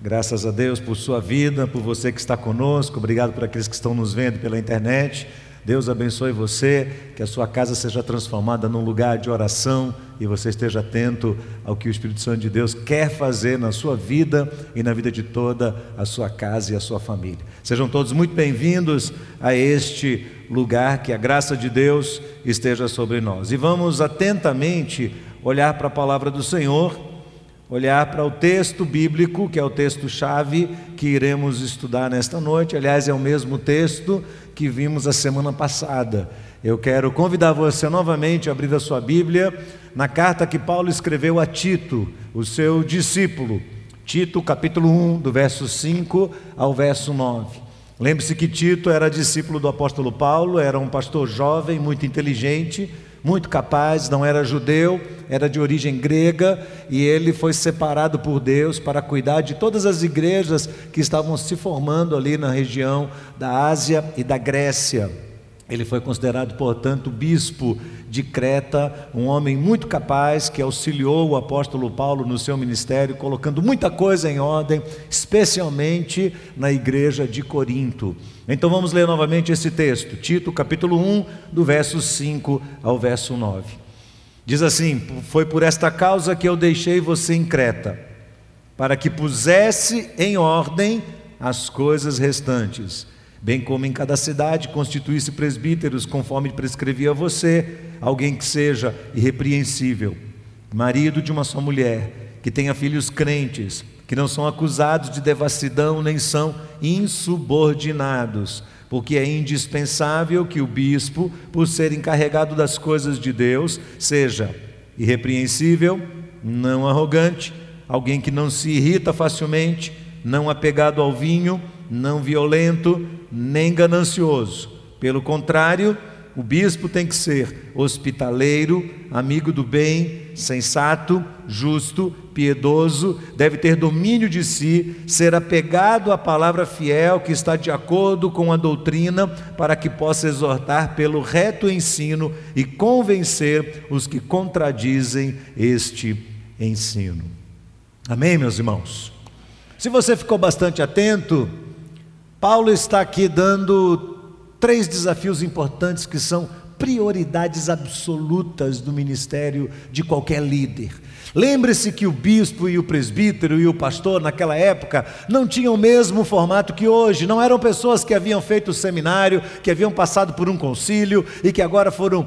Graças a Deus por sua vida, por você que está conosco. Obrigado por aqueles que estão nos vendo pela internet. Deus abençoe você, que a sua casa seja transformada num lugar de oração e você esteja atento ao que o Espírito Santo de Deus quer fazer na sua vida e na vida de toda a sua casa e a sua família. Sejam todos muito bem-vindos a este lugar, que a graça de Deus esteja sobre nós. E vamos atentamente olhar para a palavra do Senhor, olhar para o texto bíblico, que é o texto-chave que iremos estudar nesta noite. Aliás, é o mesmo texto que vimos a semana passada. Eu quero convidar você novamente a abrir a sua Bíblia na carta que Paulo escreveu a Tito, o seu discípulo. Tito, capítulo 1, do verso 5 ao verso 9. Lembre-se que Tito era discípulo do apóstolo Paulo, era um pastor jovem, muito inteligente, muito capaz, não era judeu, era de origem grega, e ele foi separado por Deus para cuidar de todas as igrejas que estavam se formando ali na região da Ásia e da Grécia. Ele foi considerado, portanto, bispo de Creta, um homem muito capaz que auxiliou o apóstolo Paulo no seu ministério, colocando muita coisa em ordem, especialmente na igreja de Corinto. Então vamos ler novamente esse texto, Tito capítulo 1, do verso 5 ao verso 9. Diz assim: foi por esta causa que eu deixei você em Creta, para que pusesse em ordem as coisas restantes, bem como em cada cidade constituísse presbíteros, conforme prescrevia a você, alguém que seja irrepreensível, marido de uma só mulher, que tenha filhos crentes, que não são acusados de devassidão, nem são insubordinados, porque é indispensável que o bispo, por ser encarregado das coisas de Deus, seja irrepreensível, não arrogante, alguém que não se irrita facilmente, não apegado ao vinho, não violento, nem ganancioso. Pelo contrário, o bispo tem que ser hospitaleiro, amigo do bem, sensato, justo, piedoso, deve ter domínio de si, ser apegado à palavra fiel que está de acordo com a doutrina, para que possa exortar pelo reto ensino e convencer os que contradizem este ensino. Amém, meus irmãos? Se você ficou bastante atento, Paulo está aqui dando 3 desafios importantes que são prioridades absolutas do ministério de qualquer líder. Lembre-se que o bispo e o presbítero e o pastor naquela época não tinham o mesmo formato que hoje. Não eram pessoas que haviam feito seminário, que haviam passado por um concílio e que agora foram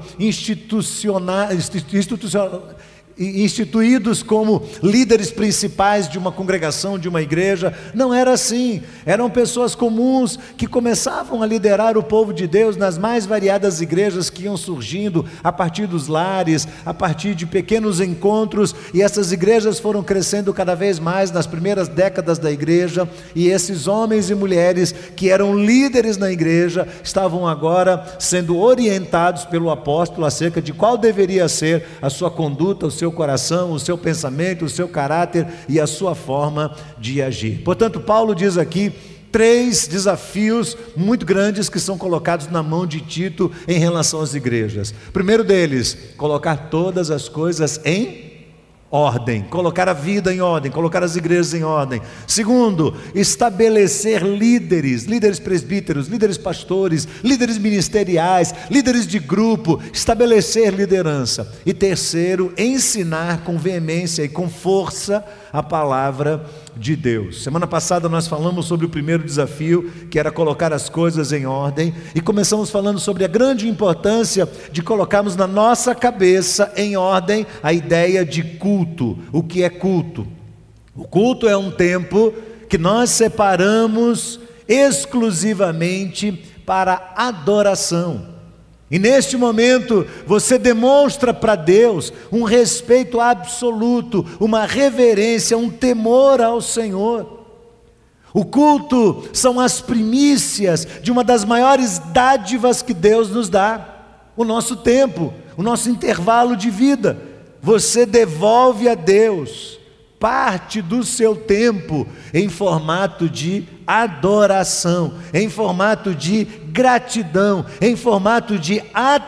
instituídos como líderes principais de uma congregação, de uma igreja. Não era assim. Eram pessoas comuns que começavam a liderar o povo de Deus nas mais variadas igrejas que iam surgindo a partir dos lares, a partir de pequenos encontros, e essas igrejas foram crescendo cada vez mais nas primeiras décadas da igreja, e esses homens e mulheres que eram líderes na igreja estavam agora sendo orientados pelo apóstolo acerca de qual deveria ser a sua conduta, o seu coração, o seu pensamento, o seu caráter e a sua forma de agir. Portanto, Paulo diz aqui 3 desafios muito grandes que são colocados na mão de Tito em relação às igrejas. Primeiro deles, colocar todas as coisas em ordem, colocar a vida em ordem, colocar as igrejas em ordem. Segundo, estabelecer líderes presbíteros, líderes pastores, líderes ministeriais, líderes de grupo, estabelecer liderança. E terceiro, ensinar com veemência e com força a palavra de Deus. Semana passada nós falamos sobre o primeiro desafio, que era colocar as coisas em ordem, e começamos falando sobre a grande importância de colocarmos na nossa cabeça em ordem a ideia de culto. O que é culto? O culto é um tempo que nós separamos exclusivamente para adoração. E neste momento você demonstra para Deus um respeito absoluto, uma reverência, um temor ao Senhor. O culto são as primícias de uma das maiores dádivas que Deus nos dá, o nosso tempo, o nosso intervalo de vida. Você devolve a Deus parte do seu tempo em formato de adoração, em formato de gratidão, em formato de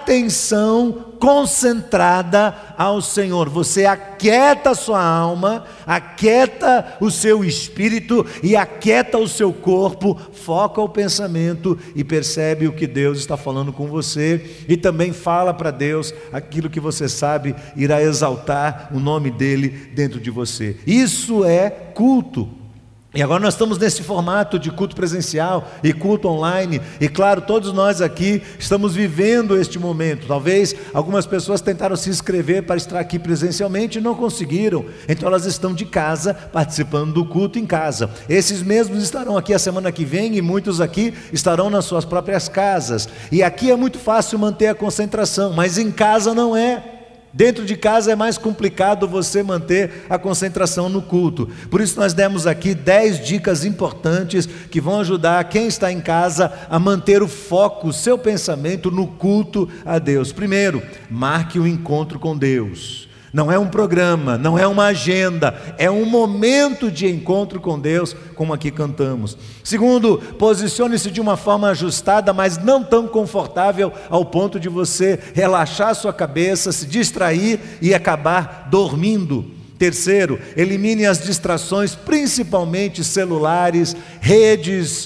atenção concentrada ao Senhor. Você aquieta a sua alma, aquieta o seu espírito e aquieta o seu corpo, foca o pensamento e percebe o que Deus está falando com você, e também fala para Deus aquilo que você sabe irá exaltar o nome dele dentro de você. Isso é culto. E agora nós estamos nesse formato de culto presencial e culto online, e claro, todos nós aqui estamos vivendo este momento. Talvez algumas pessoas tentaram se inscrever para estar aqui presencialmente e não conseguiram, então elas estão de casa, participando do culto em casa. Esses mesmos estarão aqui a semana que vem, e muitos aqui estarão nas suas próprias casas, e aqui é muito fácil manter a concentração, mas em casa não é. Dentro de casa é mais complicado você manter a concentração no culto. Por isso nós demos aqui 10 dicas importantes que vão ajudar quem está em casa a manter o foco, o seu pensamento no culto a Deus. Primeiro, marque um encontro com Deus. Não é um programa, não é uma agenda, é um momento de encontro com Deus, como aqui cantamos. Segundo, posicione-se de uma forma ajustada, mas não tão confortável ao ponto de você relaxar sua cabeça, se distrair e acabar dormindo. Terceiro, elimine as distrações, principalmente celulares, redes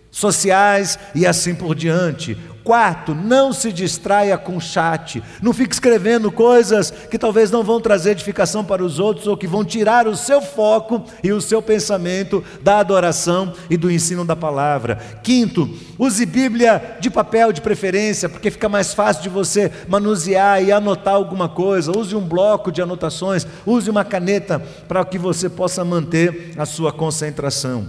sociais e assim por diante. Quarto, não se distraia com chat, não fique escrevendo coisas que talvez não vão trazer edificação para os outros, ou que vão tirar o seu foco e o seu pensamento da adoração e do ensino da palavra. Quinto, use Bíblia de papel de preferência, porque fica mais fácil de você manusear e anotar alguma coisa. Use um bloco de anotações, use uma caneta para que você possa manter a sua concentração.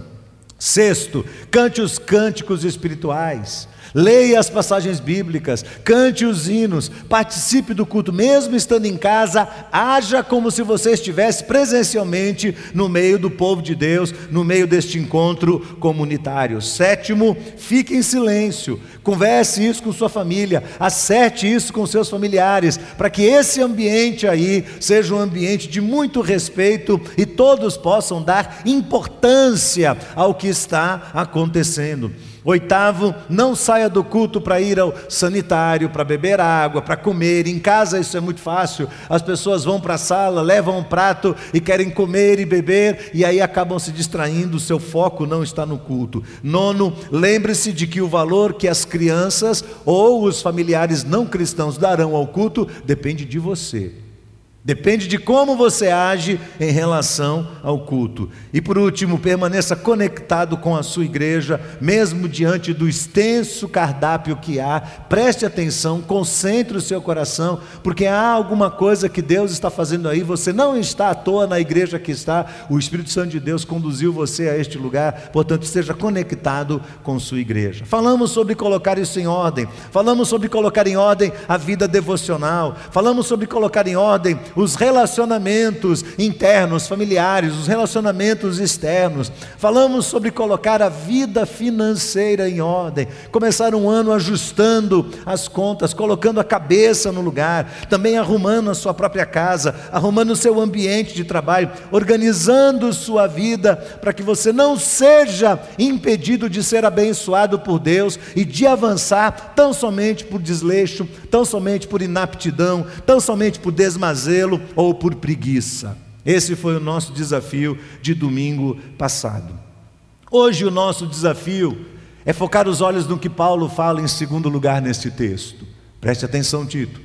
Sexto, cante os cânticos espirituais. Leia as passagens bíblicas, cante os hinos, participe do culto, mesmo estando em casa, haja como se você estivesse presencialmente no meio do povo de Deus, no meio deste encontro comunitário. Sétimo, fique em silêncio, converse isso com sua família, acerte isso com seus familiares, para que esse ambiente aí seja um ambiente de muito respeito e todos possam dar importância ao que está acontecendo. Oitavo, não saia do culto para ir ao sanitário, para beber água, para comer. Em casa isso é muito fácil, as pessoas vão para a sala, levam um prato e querem comer e beber, e aí acabam se distraindo, o seu foco não está no culto. Nono, lembre-se de que o valor que as crianças ou os familiares não cristãos darão ao culto depende de você. Depende de como você age em relação ao culto. E por último, permaneça conectado com a sua igreja, mesmo diante do extenso cardápio que há. Preste atenção, concentre o seu coração, porque há alguma coisa que Deus está fazendo aí. Você não está à toa na igreja que está. O Espírito Santo de Deus conduziu você a este lugar, portanto esteja conectado com sua igreja. Falamos sobre colocar isso em ordem, falamos sobre colocar em ordem a vida devocional, falamos sobre colocar em ordem os relacionamentos internos, familiares, os relacionamentos externos. Falamos sobre colocar a vida financeira em ordem, começar um ano ajustando as contas, colocando a cabeça no lugar, também arrumando a sua própria casa, arrumando o seu ambiente de trabalho, organizando sua vida para que você não seja impedido de ser abençoado por Deus e de avançar tão somente por desleixo, tão somente por inaptidão, tão somente por desmazelo ou por preguiça. Esse foi o nosso desafio de domingo passado. Hoje o nosso desafio é focar os olhos no que Paulo fala em segundo lugar neste texto. Preste atenção, Tito.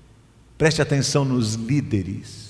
Preste atenção nos líderes.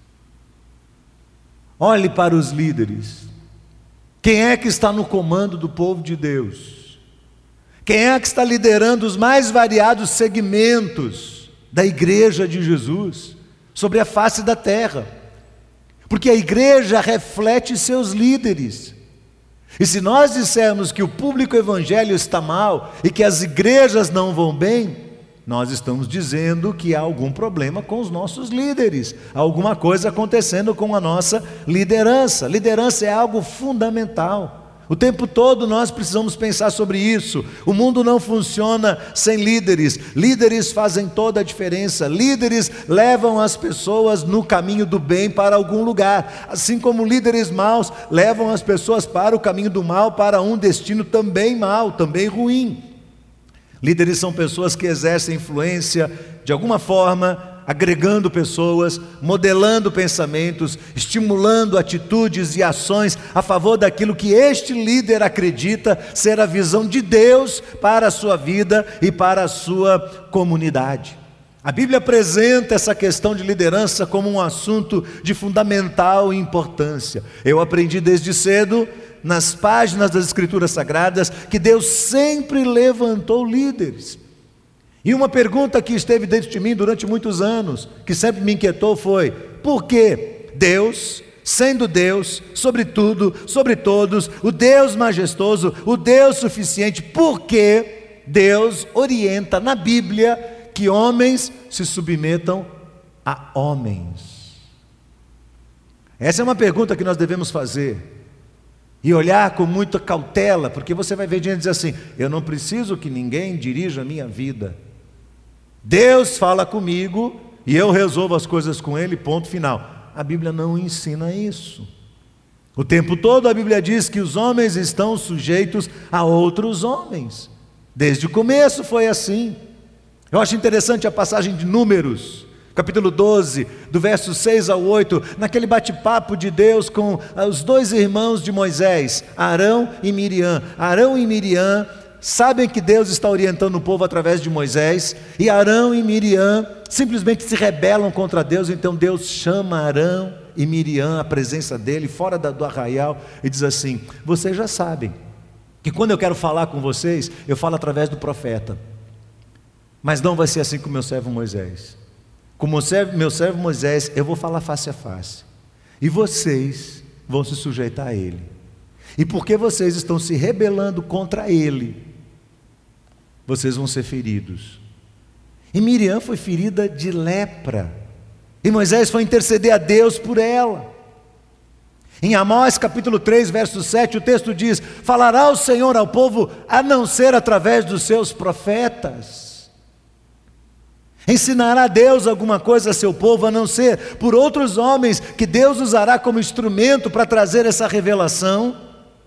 Olhe para os líderes. Quem é que está no comando do povo de Deus? Quem é que está liderando os mais variados segmentos da igreja de Jesus sobre a face da terra? Porque a igreja reflete seus líderes. E se nós dissermos que o público evangélico está mal e que as igrejas não vão bem, nós estamos dizendo que há algum problema com os nossos líderes, há alguma coisa acontecendo com a nossa liderança. Liderança é algo fundamental. O tempo todo nós precisamos pensar sobre isso. O mundo não funciona sem líderes. Líderes fazem toda a diferença. Líderes levam as pessoas no caminho do bem para algum lugar. Assim como líderes maus levam as pessoas para o caminho do mal, para um destino também mau, também ruim. Líderes são pessoas que exercem influência de alguma forma, agregando pessoas, modelando pensamentos, estimulando atitudes e ações a favor daquilo que este líder acredita ser a visão de Deus para a sua vida e para a sua comunidade. A Bíblia apresenta essa questão de liderança como um assunto de fundamental importância. Eu aprendi desde cedo, nas páginas das Escrituras Sagradas, que Deus sempre levantou líderes. E uma pergunta que esteve dentro de mim durante muitos anos, que sempre me inquietou foi: por que Deus, sendo Deus, sobre tudo, sobre todos, o Deus majestoso, o Deus suficiente, por que Deus orienta na Bíblia que homens se submetam a homens? Essa é uma pergunta que nós devemos fazer e olhar com muita cautela, porque você vai ver gente dizer assim: eu não preciso que ninguém dirija a minha vida. Deus fala comigo e eu resolvo as coisas com Ele, ponto final. A Bíblia não ensina isso. O tempo todo a Bíblia diz que os homens estão sujeitos a outros homens. Desde o começo foi assim. Eu acho interessante a passagem de Números, capítulo 12, do verso 6 ao 8, naquele bate-papo de Deus com os dois irmãos de Moisés, Arão e Miriam. Arão e Miriam sabem que Deus está orientando o povo através de Moisés, e Arão e Miriam simplesmente se rebelam contra Deus. Então Deus chama Arão e Miriam à presença dele, fora do arraial, e diz assim: vocês já sabem que quando eu quero falar com vocês, eu falo através do profeta, mas não vai ser assim com meu servo Moisés. Com meu servo Moisés eu vou falar face a face, e vocês vão se sujeitar a ele. E porque vocês estão se rebelando contra ele, vocês vão ser feridos. E Miriam foi ferida de lepra, e Moisés foi interceder a Deus por ela. Em Amós capítulo 3, verso 7, o texto diz: falará o Senhor ao povo a não ser através dos seus profetas. Ensinará Deus alguma coisa a seu povo a não ser por outros homens que Deus usará como instrumento para trazer essa revelação?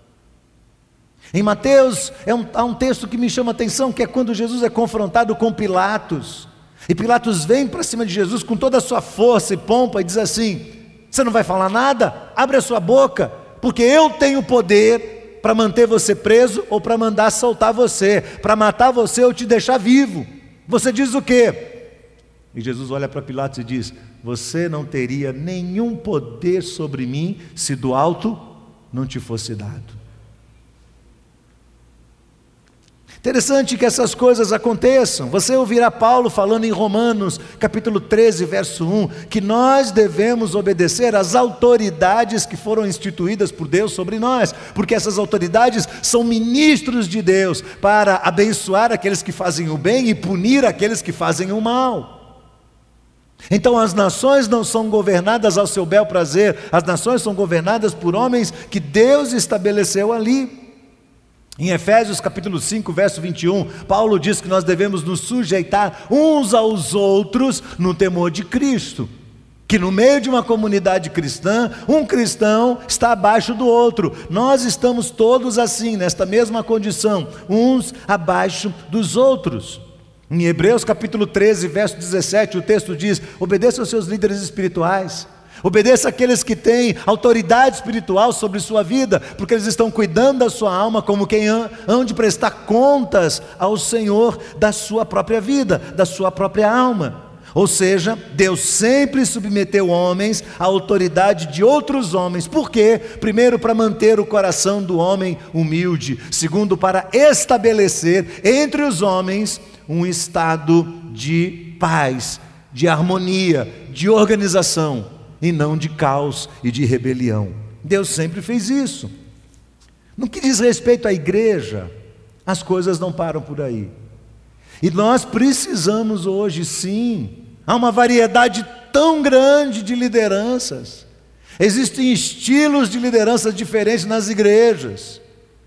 Em Mateus há um texto que me chama a atenção, que é quando Jesus é confrontado com Pilatos, e Pilatos vem para cima de Jesus com toda a sua força e pompa e diz assim: você não vai falar nada? Abre a sua boca, porque eu tenho poder para manter você preso ou para mandar soltar você, para matar você ou te deixar vivo. Você diz o quê? E Jesus olha para Pilatos e diz: você não teria nenhum poder sobre mim se do alto não te fosse dado. Interessante que essas coisas aconteçam. Você ouvirá Paulo falando em Romanos capítulo 13, verso 1, que nós devemos obedecer às autoridades que foram instituídas por Deus sobre nós, porque essas autoridades são ministros de Deus para abençoar aqueles que fazem o bem e punir aqueles que fazem o mal. Então as nações não são governadas ao seu bel prazer, as nações são governadas por homens que Deus estabeleceu ali. Em Efésios capítulo 5, verso 21, Paulo diz que nós devemos nos sujeitar uns aos outros no temor de Cristo. Que no meio de uma comunidade cristã, um cristão está abaixo do outro. Nós estamos todos assim, nesta mesma condição, uns abaixo dos outros. Em Hebreus capítulo 13, verso 17, o texto diz: obedeça aos seus líderes espirituais. Obedeça àqueles que têm autoridade espiritual sobre sua vida, porque eles estão cuidando da sua alma como quem hão de prestar contas ao Senhor da sua própria vida, da sua própria alma. Ou seja, Deus sempre submeteu homens à autoridade de outros homens. Por quê? Primeiro, para manter o coração do homem humilde. Segundo, para estabelecer entre os homens um estado de paz, de harmonia, de organização, e não de caos e de rebelião. Deus sempre fez isso. No que diz respeito à igreja, as coisas não param por aí. E nós precisamos hoje, sim, há uma variedade tão grande de lideranças. Existem estilos de liderança diferentes nas igrejas.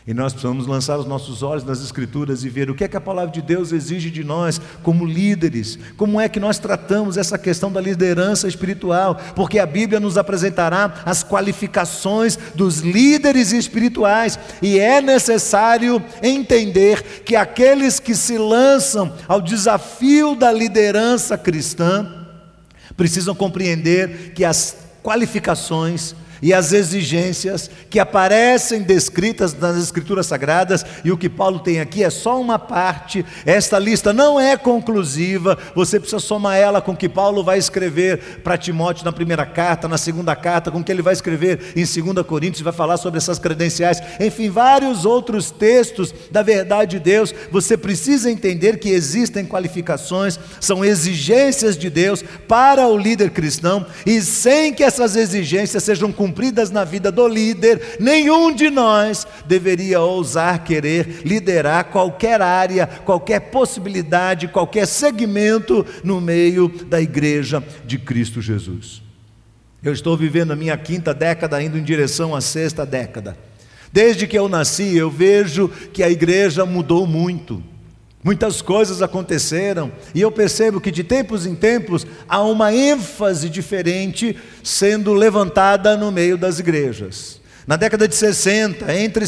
E nós precisamos lançar os nossos olhos nas Escrituras e ver o que é que a palavra de Deus exige de nós como líderes, como é que nós tratamos essa questão da liderança espiritual, porque a Bíblia nos apresentará as qualificações dos líderes espirituais, e é necessário entender que aqueles que se lançam ao desafio da liderança cristã precisam compreender que as qualificações e as exigências que aparecem descritas nas Escrituras Sagradas, e o que Paulo tem aqui é só uma parte. Esta lista não é conclusiva, você precisa somar ela com o que Paulo vai escrever para Timóteo na primeira carta, na segunda carta, com o que ele vai escrever em 2 Coríntios, vai falar sobre essas credenciais, enfim, vários outros textos da verdade de Deus. Você precisa entender que existem qualificações, são exigências de Deus para o líder cristão, e sem que essas exigências sejam cumpridas na vida do líder, nenhum de nós deveria ousar querer liderar qualquer área, qualquer possibilidade, qualquer segmento no meio da igreja de Cristo Jesus. Eu estou vivendo a minha 5ª década, indo em direção à 6ª década. Desde que eu nasci, eu vejo que a igreja mudou muito. Muitas coisas aconteceram, e eu percebo que de tempos em tempos há uma ênfase diferente sendo levantada no meio das igrejas. Na década de 60, entre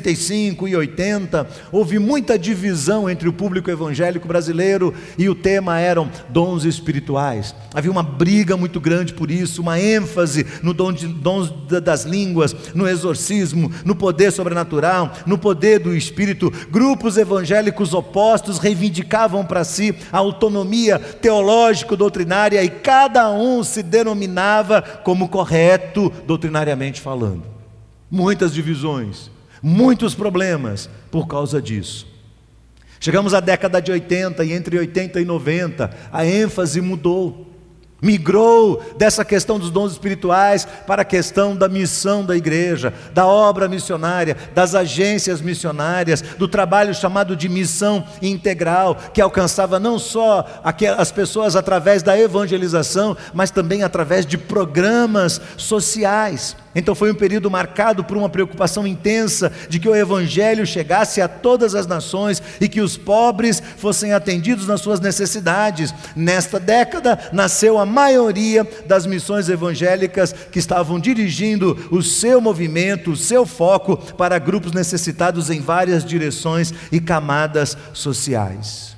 65 e 80, houve muita divisão entre o público evangélico brasileiro, e o tema eram dons espirituais. Havia uma briga muito grande por isso, uma ênfase no dons das línguas, no exorcismo, no poder sobrenatural, no poder do Espírito. Grupos evangélicos opostos reivindicavam para si a autonomia teológico-doutrinária, e cada um se denominava como correto doutrinariamente falando. Muitas divisões, muitos problemas por causa disso. Chegamos à década de 80, e entre 80 e 90 a ênfase mudou, migrou dessa questão dos dons espirituais para a questão da missão da igreja, da obra missionária, das agências missionárias, do trabalho chamado de missão integral, que alcançava não só as pessoas através da evangelização, mas também através de programas sociais. Então foi um período marcado por uma preocupação intensa de que o evangelho chegasse a todas as nações e que os pobres fossem atendidos nas suas necessidades. Nesta década nasceu a maioria das missões evangélicas que estavam dirigindo o seu movimento, o seu foco para grupos necessitados em várias direções e camadas sociais.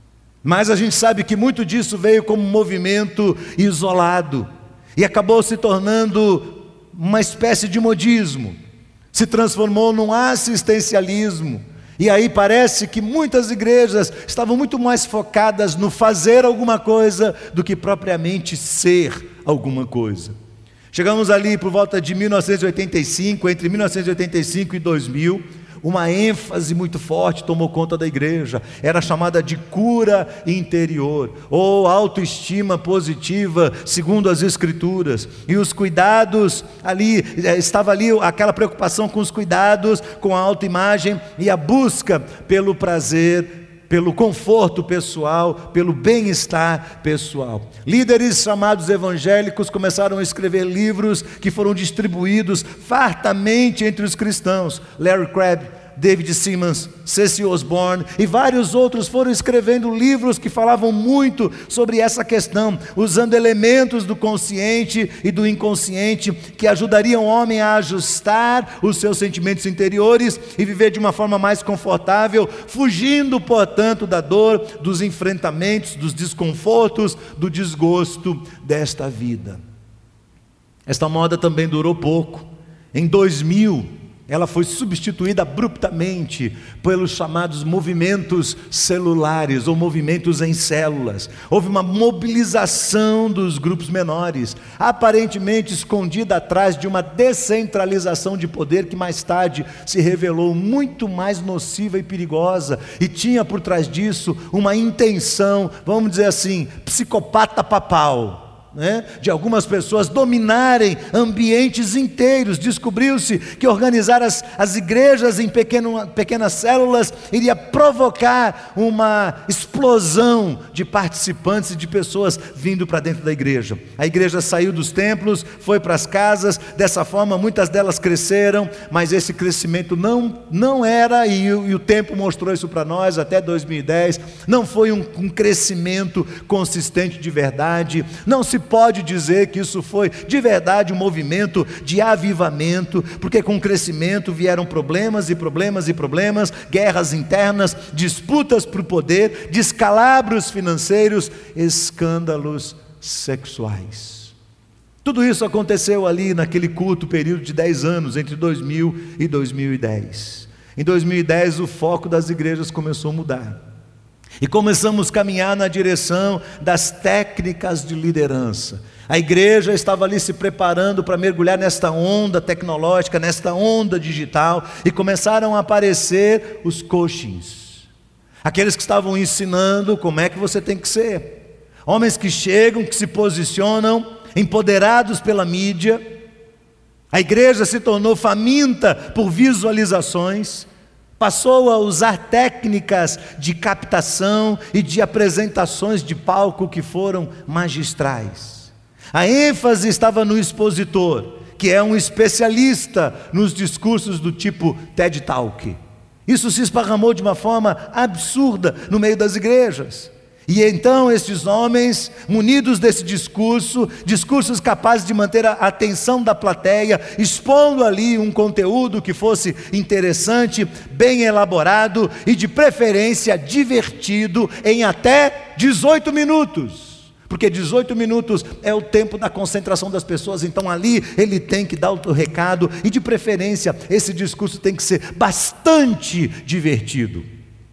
Mas a gente sabe que muito disso veio como um movimento isolado e acabou se tornando uma espécie de modismo, se transformou num assistencialismo, e aí parece que muitas igrejas estavam muito mais focadas no fazer alguma coisa do que propriamente ser alguma coisa. Chegamos ali por volta de 1985, entre 1985 e 2000, uma ênfase muito forte tomou conta da igreja, era chamada de cura interior, ou autoestima positiva, segundo as Escrituras, e os cuidados ali, estava ali aquela preocupação com os cuidados, com a autoimagem e a busca pelo prazer, pelo conforto pessoal, pelo bem-estar pessoal. Líderes chamados evangélicos começaram a escrever livros que foram distribuídos fartamente entre os cristãos. Larry Crabb, David Simmons, C.C. Osborne e vários outros foram escrevendo livros que falavam muito sobre essa questão, usando elementos do consciente e do inconsciente que ajudariam o homem a ajustar os seus sentimentos interiores e viver de uma forma mais confortável, fugindo, portanto, da dor, dos enfrentamentos, dos desconfortos, do desgosto desta vida. Esta moda também durou pouco. Em 2000, ela foi substituída abruptamente pelos chamados movimentos celulares ou movimentos em células. Houve uma mobilização dos grupos menores, aparentemente escondida atrás de uma descentralização de poder que mais tarde se revelou muito mais nociva e perigosa, e tinha por trás disso uma intenção, vamos dizer assim, psicopata papal. né, de algumas pessoas dominarem ambientes inteiros. Descobriu-se que organizar as igrejas em pequenas células iria provocar uma explosão de participantes e de pessoas vindo para dentro da igreja. A igreja saiu dos templos, foi para as casas. Dessa forma muitas delas cresceram, mas esse crescimento não era, e o tempo mostrou isso para nós até 2010, não foi um crescimento consistente de verdade. Não se pode dizer que isso foi de verdade um movimento de avivamento, porque com o crescimento vieram problemas e problemas e problemas, guerras internas, disputas por poder, descalabros financeiros, escândalos sexuais. Tudo isso aconteceu ali naquele curto período de 10 anos, entre 2000 e 2010. Em 2010 o foco das igrejas começou a mudar. E começamos a caminhar na direção das técnicas de liderança. A igreja estava ali se preparando para mergulhar nesta onda tecnológica, nesta onda digital, e começaram a aparecer os coachings. Aqueles que estavam ensinando como é que você tem que ser. Homens que chegam, que se posicionam, empoderados pela mídia. A igreja se tornou faminta por visualizações. Passou a usar técnicas de captação e de apresentações de palco que foram magistrais. A ênfase estava no expositor, que é um especialista nos discursos do tipo TED Talk. Isso se esparramou de uma forma absurda no meio das igrejas. E então estes homens, munidos desse discursos capazes de manter a atenção da plateia, expondo ali um conteúdo que fosse interessante, bem elaborado e de preferência divertido, em até 18 minutos. Porque 18 minutos é o tempo da concentração das pessoas, então ali ele tem que dar o recado, e de preferência esse discurso tem que ser bastante divertido.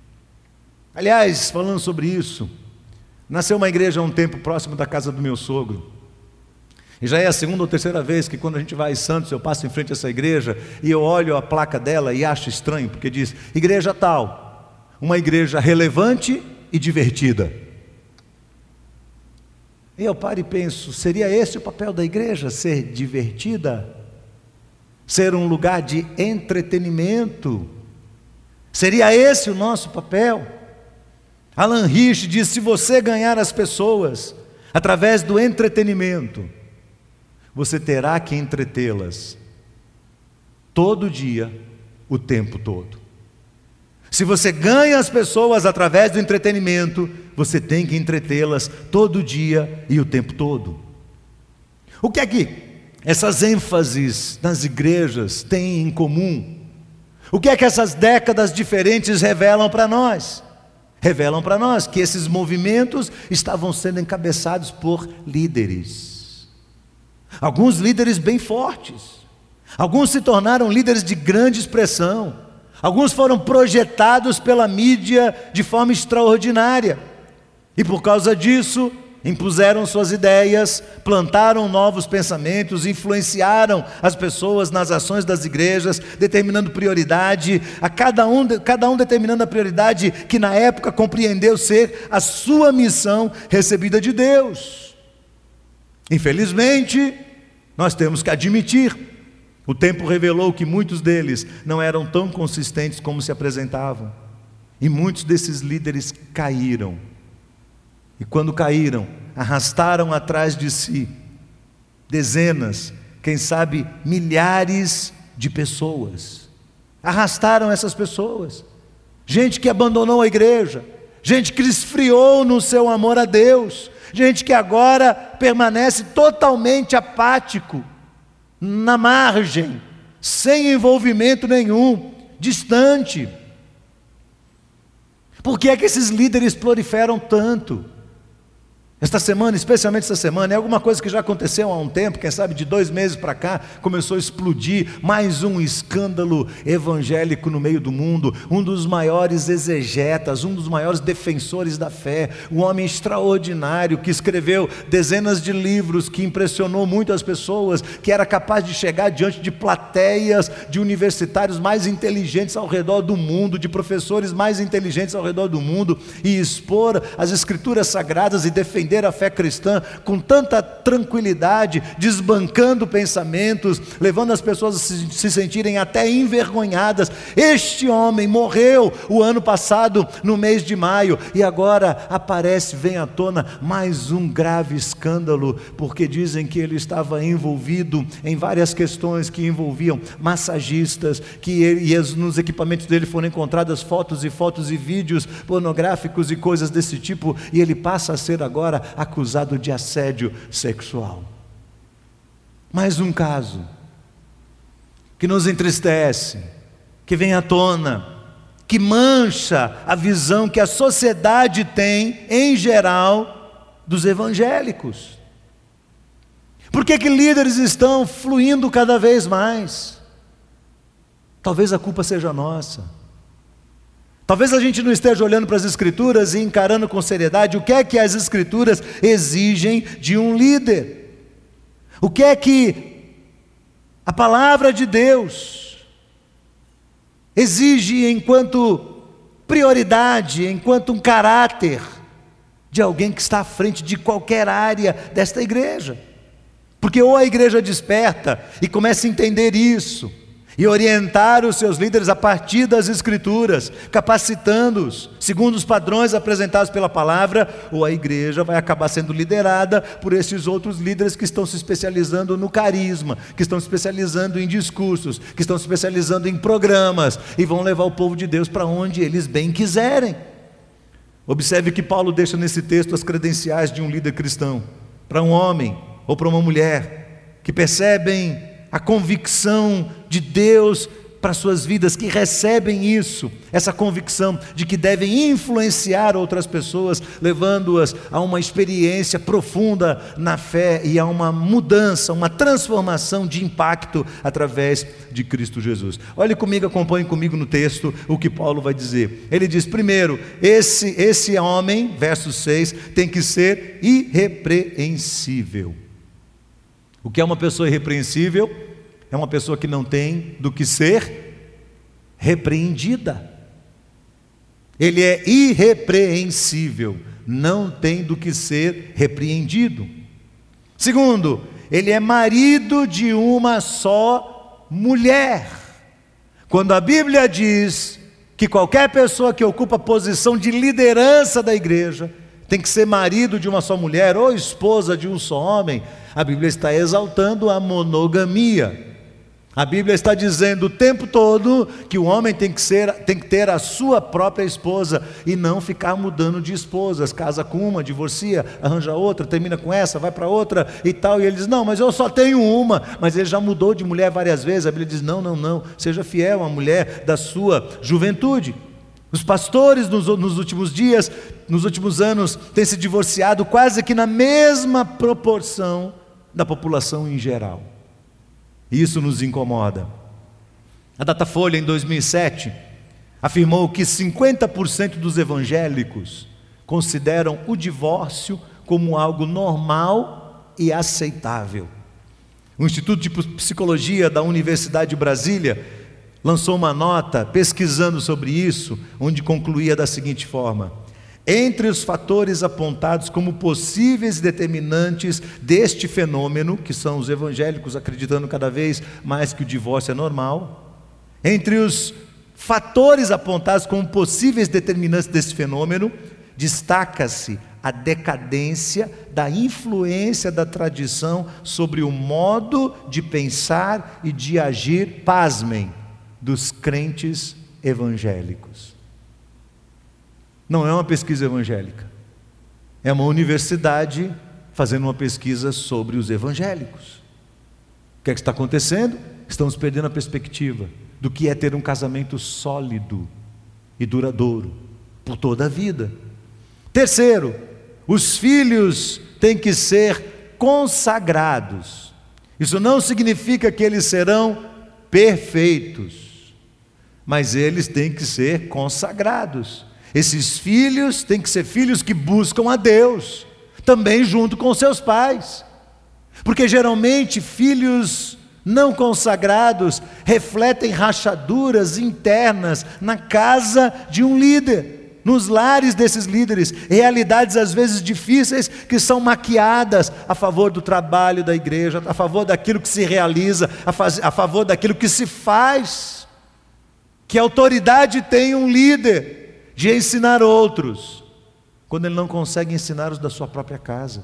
Aliás, falando sobre isso, nasceu uma igreja há um tempo próximo da casa do meu sogro. E já é a segunda ou terceira vez que quando a gente vai a Santos, eu passo em frente a essa igreja e eu olho a placa dela e acho estranho, porque diz, igreja tal, uma igreja relevante e divertida. E eu paro e penso, seria esse o papel da igreja? Ser divertida? Ser um lugar de entretenimento? Seria esse o nosso papel? Alan Hirsch diz, se você ganhar as pessoas através do entretenimento, você terá que entretê-las todo dia, o tempo todo. Se você ganha as pessoas através do entretenimento, você tem que entretê-las todo dia e o tempo todo. O que é que essas ênfases nas igrejas têm em comum? O que é que essas décadas diferentes revelam para nós? Revelam para nós que esses movimentos estavam sendo encabeçados por líderes. Alguns líderes bem fortes. Alguns se tornaram líderes de grande expressão. Alguns foram projetados pela mídia de forma extraordinária. E por causa disso, impuseram suas ideias, plantaram novos pensamentos, influenciaram as pessoas nas ações das igrejas, determinando prioridade, a cada um determinando a prioridade que na época compreendeu ser a sua missão recebida de Deus. Infelizmente, nós temos que admitir, o tempo revelou que muitos deles não eram tão consistentes como se apresentavam, e muitos desses líderes caíram. E quando caíram, arrastaram atrás de si dezenas, quem sabe milhares de pessoas. Arrastaram essas pessoas. Gente que abandonou a igreja, gente que esfriou no seu amor a Deus, gente que agora permanece totalmente apático, na margem, sem envolvimento nenhum, distante. Por que é que esses líderes proliferam tanto? Esta semana, especialmente esta semana, é alguma coisa que já aconteceu há um tempo, quem sabe de 2 meses para cá, começou a explodir mais um escândalo evangélico no meio do mundo. Um dos maiores exegetas, um dos maiores defensores da fé, um homem extraordinário que escreveu dezenas de livros, que impressionou muito as pessoas, que era capaz de chegar diante de plateias de universitários mais inteligentes ao redor do mundo, de professores mais inteligentes ao redor do mundo, e expor as escrituras sagradas e defender defender a fé cristã com tanta tranquilidade, desbancando pensamentos, levando as pessoas a se sentirem até envergonhadas. Este homem morreu o ano passado, no mês de maio, e agora vem à tona mais um grave escândalo, porque dizem que ele estava envolvido em várias questões que envolviam massagistas, nos equipamentos dele foram encontradas fotos e vídeos pornográficos e coisas desse tipo, e ele passa a ser agora acusado de assédio sexual. Mais um caso que nos entristece, que vem à tona, que mancha a visão que a sociedade tem, em geral, dos evangélicos. Por que líderes estão fluindo cada vez mais? Talvez a culpa seja nossa. Talvez a gente não esteja olhando para as Escrituras e encarando com seriedade o que é que as Escrituras exigem de um líder. O que é que a palavra de Deus exige enquanto prioridade, enquanto um caráter de alguém que está à frente de qualquer área desta igreja. Porque ou a igreja desperta e começa a entender isso, e orientar os seus líderes a partir das Escrituras, capacitando-os segundo os padrões apresentados pela palavra, ou a igreja vai acabar sendo liderada por esses outros líderes que estão se especializando no carisma, que estão se especializando em discursos, que estão se especializando em programas, e vão levar o povo de Deus para onde eles bem quiserem. Observe que Paulo deixa nesse texto as credenciais de um líder cristão, para um homem ou para uma mulher, que percebem a convicção de Deus para suas vidas, que recebem isso, essa convicção de que devem influenciar outras pessoas, levando-as a uma experiência profunda na fé e a uma mudança, uma transformação de impacto através de Cristo Jesus. Olhe comigo, acompanhe comigo no texto o que Paulo vai dizer. Ele diz, primeiro, esse homem, verso 6, tem que ser irrepreensível. O que é uma pessoa irrepreensível? É uma pessoa que não tem do que ser repreendida. Ele é irrepreensível, não tem do que ser repreendido. Segundo, ele é marido de uma só mulher. Quando a Bíblia diz que qualquer pessoa que ocupa posição de liderança da igreja tem que ser marido de uma só mulher ou esposa de um só homem, a Bíblia está exaltando a monogamia. A Bíblia está dizendo o tempo todo que o homem tem que ter a sua própria esposa e não ficar mudando de esposas, casa com uma, divorcia, arranja outra, termina com essa, vai para outra e tal, e ele diz, não, mas eu só tenho uma, mas ele já mudou de mulher várias vezes. A Bíblia diz, não, seja fiel à mulher da sua juventude. Os pastores nos últimos dias, nos últimos anos, têm se divorciado quase que na mesma proporção da população em geral. Isso nos incomoda. A Datafolha, em 2007, afirmou que 50% dos evangélicos consideram o divórcio como algo normal e aceitável. O Instituto de Psicologia da Universidade de Brasília lançou uma nota pesquisando sobre isso, onde concluía da seguinte forma: entre os fatores apontados como possíveis determinantes deste fenômeno, que são os evangélicos acreditando cada vez mais que o divórcio é normal, entre os fatores apontados como possíveis determinantes desse fenômeno, destaca-se a decadência da influência da tradição sobre o modo de pensar e de agir, pasmem, dos crentes evangélicos. Não é uma pesquisa evangélica, é uma universidade fazendo uma pesquisa sobre os evangélicos. O que é que está acontecendo? Estamos perdendo a perspectiva do que é ter um casamento sólido e duradouro por toda a vida. Terceiro, os filhos têm que ser consagrados. Isso não significa que eles serão perfeitos, mas eles têm que ser consagrados. Esses filhos têm que ser filhos que buscam a Deus, também junto com seus pais, porque geralmente filhos não consagrados refletem rachaduras internas na casa de um líder. nos lares desses líderes, realidades às vezes difíceis que são maquiadas a favor do trabalho da igreja, a favor daquilo que se realiza, a favor daquilo que se faz. Que autoridade tem um líder de ensinar outros, quando ele não consegue ensinar os da sua própria casa?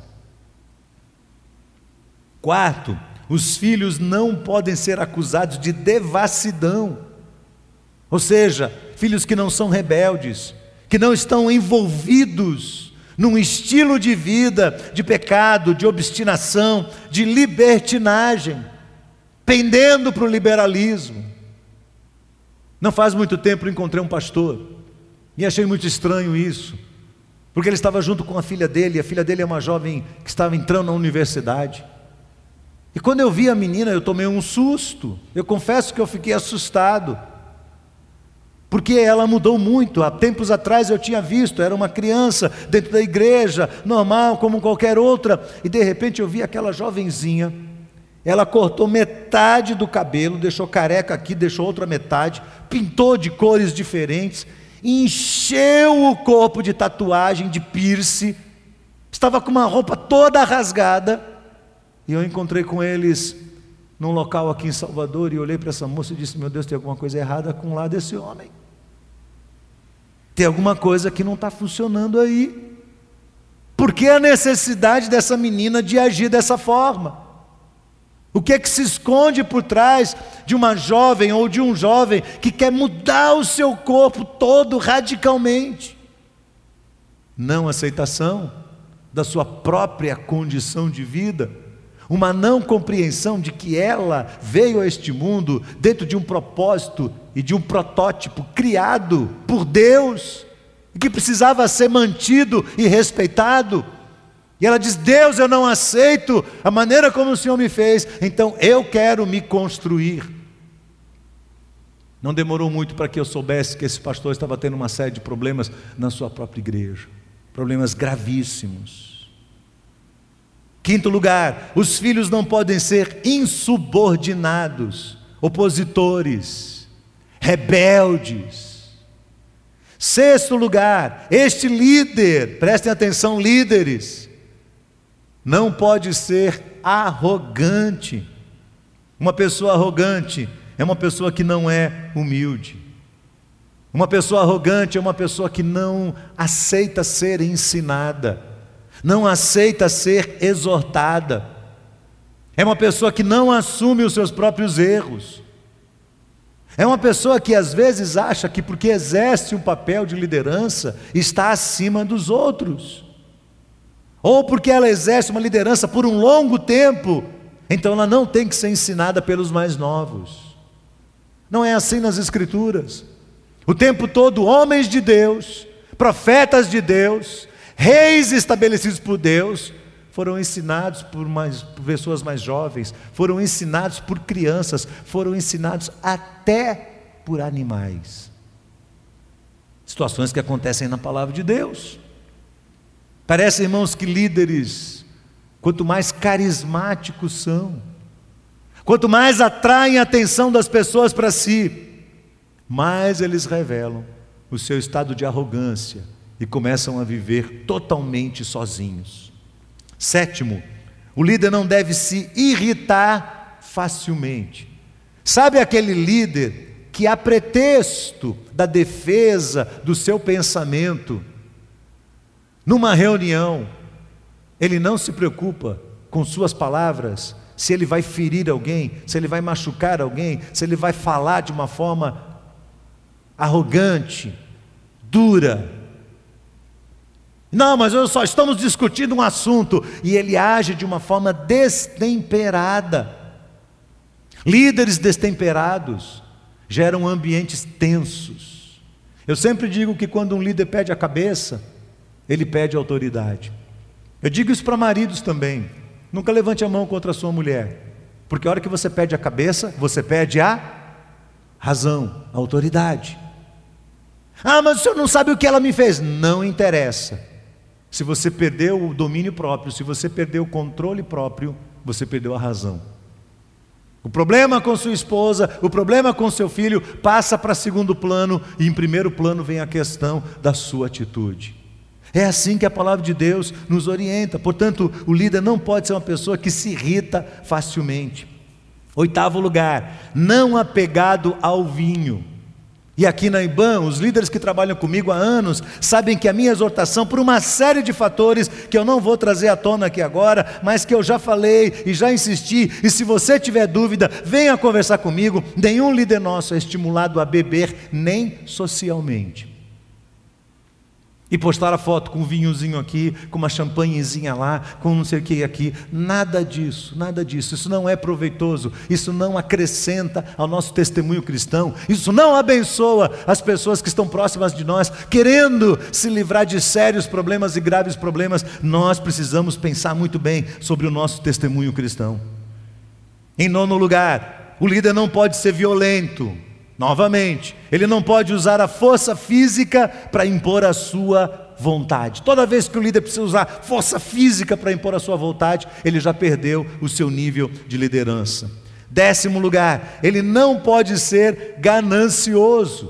Quarto, os filhos não podem ser acusados de devassidão, ou seja, filhos que não são rebeldes, que não estão envolvidos num estilo de vida de pecado, de obstinação, de libertinagem, pendendo para o liberalismo. Não faz muito tempo eu encontrei um pastor e achei muito estranho isso, porque ele estava junto com a filha dele, e a filha dele é uma jovem que estava entrando na universidade. E quando eu vi a menina, eu tomei um susto. Eu confesso que eu fiquei assustado, porque ela mudou muito. Há tempos atrás eu tinha visto, era uma criança dentro da igreja, normal como qualquer outra, e de repente eu vi aquela jovenzinha. Ela cortou metade do cabelo, deixou careca aqui, deixou outra metade, pintou de cores diferentes, encheu o corpo de tatuagem, de piercing, estava com uma roupa toda rasgada. E eu encontrei com eles num local aqui em Salvador, e olhei para essa moça e disse: meu Deus, tem alguma coisa errada com o lado desse homem, tem alguma coisa que não está funcionando aí. Por que a necessidade dessa menina de agir dessa forma? O que é que se esconde por trás de uma jovem ou de um jovem que quer mudar o seu corpo todo radicalmente? Não aceitação da sua própria condição de vida, uma não compreensão de que ela veio a este mundo dentro de um propósito e de um protótipo criado por Deus, e que precisava ser mantido e respeitado. E ela diz: Deus, eu não aceito a maneira como o Senhor me fez, então eu quero me construir. Não demorou muito para que eu soubesse que esse pastor estava tendo uma série de problemas na sua própria igreja, problemas gravíssimos. Quinto lugar, os filhos não podem ser insubordinados, opositores, rebeldes. Sexto lugar, este líder, prestem atenção, líderes, não pode ser arrogante. Uma pessoa arrogante é uma pessoa que não é humilde. Uma pessoa arrogante é uma pessoa que não aceita ser ensinada, não aceita ser exortada. É uma pessoa que não assume os seus próprios erros. É uma pessoa que às vezes acha que porque exerce um papel de liderança está acima dos outros, ou porque ela exerce uma liderança por um longo tempo, então ela não tem que ser ensinada pelos mais novos. Não é assim nas Escrituras. O tempo todo homens de Deus, profetas de Deus, reis estabelecidos por Deus, foram ensinados por pessoas mais jovens, foram ensinados por crianças, foram ensinados até por animais. Situações que acontecem na palavra de Deus. Parece, irmãos, que líderes, quanto mais carismáticos são, quanto mais atraem a atenção das pessoas para si, mais eles revelam o seu estado de arrogância e começam a viver totalmente sozinhos. Sétimo, o líder não deve se irritar facilmente. Sabe aquele líder que, a pretexto da defesa do seu pensamento, numa reunião, ele não se preocupa com suas palavras, se ele vai ferir alguém, se ele vai machucar alguém, se ele vai falar de uma forma arrogante, dura. Não, mas só estamos discutindo um assunto, e ele age de uma forma destemperada. Líderes destemperados geram ambientes tensos. Eu sempre digo que quando um líder perde a cabeça, ele pede autoridade. Eu digo isso para maridos também. Nunca levante a mão contra a sua mulher, porque a hora que você perde a cabeça, você perde a razão, a autoridade. Ah, mas o senhor não sabe o que ela me fez. Não interessa. Se você perdeu o domínio próprio, se você perdeu o controle próprio, você perdeu a razão. O problema com sua esposa, o problema com seu filho passa para segundo plano e em primeiro plano vem a questão da sua atitude. É assim que a palavra de Deus nos orienta. Portanto, o líder não pode ser uma pessoa que se irrita facilmente. 8º lugar, não apegado ao vinho. E aqui na IBAN, os líderes que trabalham comigo há anos sabem que a minha exortação, por uma série de fatores que eu não vou trazer à tona aqui agora, mas que eu já falei e já insisti, e se você tiver dúvida, venha conversar comigo. Nenhum líder nosso é estimulado a beber, nem socialmente. E postar a foto com um vinhozinho aqui, com uma champanhezinha lá, com não sei o que aqui. Nada disso, nada disso. Isso não é proveitoso, isso não acrescenta ao nosso testemunho cristão, isso não abençoa as pessoas que estão próximas de nós, querendo se livrar de sérios problemas e graves problemas. Nós precisamos pensar muito bem sobre o nosso testemunho cristão. Em 9º lugar, o líder não pode ser violento. Novamente, ele não pode usar a força física para impor a sua vontade. Toda vez que o líder precisa usar força física para impor a sua vontade, ele já perdeu o seu nível de liderança. 10º lugar, ele não pode ser ganancioso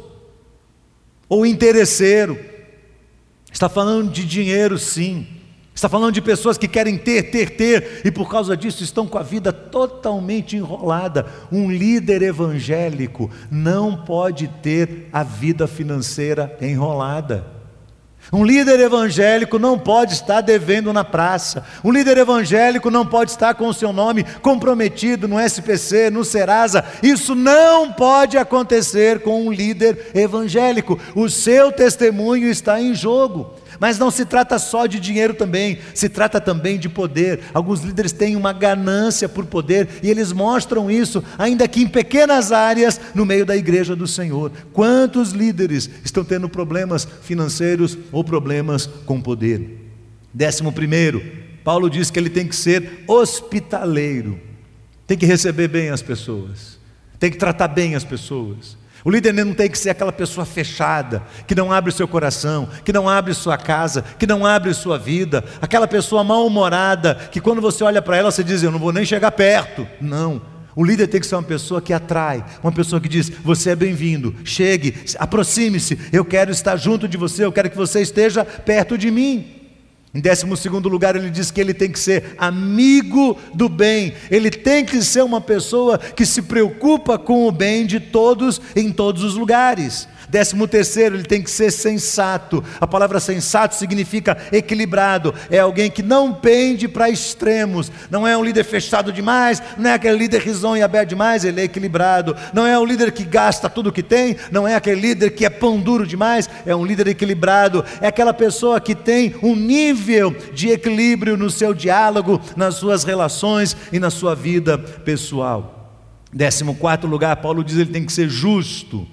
ou interesseiro. Está falando de dinheiro, sim. Está falando de pessoas que querem ter, e por causa disso estão com a vida totalmente enrolada. Um líder evangélico não pode ter a vida financeira enrolada. Um líder evangélico não pode estar devendo na praça. Um líder evangélico não pode estar com o seu nome comprometido no SPC, no Serasa. Isso não pode acontecer com um líder evangélico. O seu testemunho está em jogo. Mas não se trata só de dinheiro também, se trata também de poder. Alguns líderes têm uma ganância por poder e eles mostram isso, ainda que em pequenas áreas, no meio da igreja do Senhor. Quantos líderes estão tendo problemas financeiros ou problemas com poder? 11º, Paulo diz que ele tem que ser hospitaleiro, tem que receber bem as pessoas, tem que tratar bem as pessoas. O líder não tem que ser aquela pessoa fechada, que não abre o seu coração, que não abre sua casa, que não abre sua vida, aquela pessoa mal-humorada, que quando você olha para ela, você diz, eu não vou nem chegar perto. Não, o líder tem que ser uma pessoa que atrai, uma pessoa que diz, você é bem-vindo, chegue, aproxime-se, eu quero estar junto de você, eu quero que você esteja perto de mim. Em 12º lugar, ele diz que ele tem que ser amigo do bem. Ele tem que ser uma pessoa que se preocupa com o bem de todos, em todos os lugares. 13º, ele tem que ser sensato. A palavra sensato significa equilibrado. É alguém que não pende para extremos. Não é um líder fechado demais, não é aquele líder risonho e aberto demais, ele é equilibrado. Não é um líder que gasta tudo o que tem, não é aquele líder que é pão duro demais, é um líder equilibrado. É aquela pessoa que tem um nível de equilíbrio no seu diálogo, nas suas relações e na sua vida pessoal. 14º lugar, Paulo diz que ele tem que ser justo.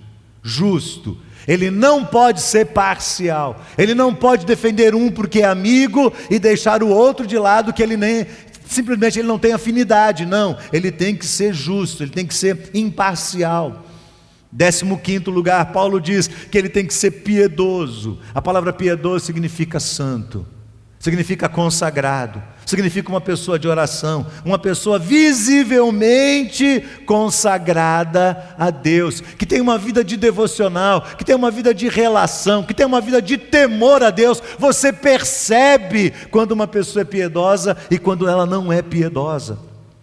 Ele não pode ser parcial, ele não pode defender um porque é amigo e deixar o outro de lado que ele nem, simplesmente ele não tem afinidade. Não, ele tem que ser justo, ele tem que ser imparcial. 15º lugar, Paulo diz que ele tem que ser piedoso. A palavra piedoso significa santo, significa consagrado, significa uma pessoa de oração, uma pessoa visivelmente consagrada a Deus, que tem uma vida de devocional, que tem uma vida de relação, que tem uma vida de temor a Deus. Você percebe quando uma pessoa é piedosa e quando ela não é piedosa.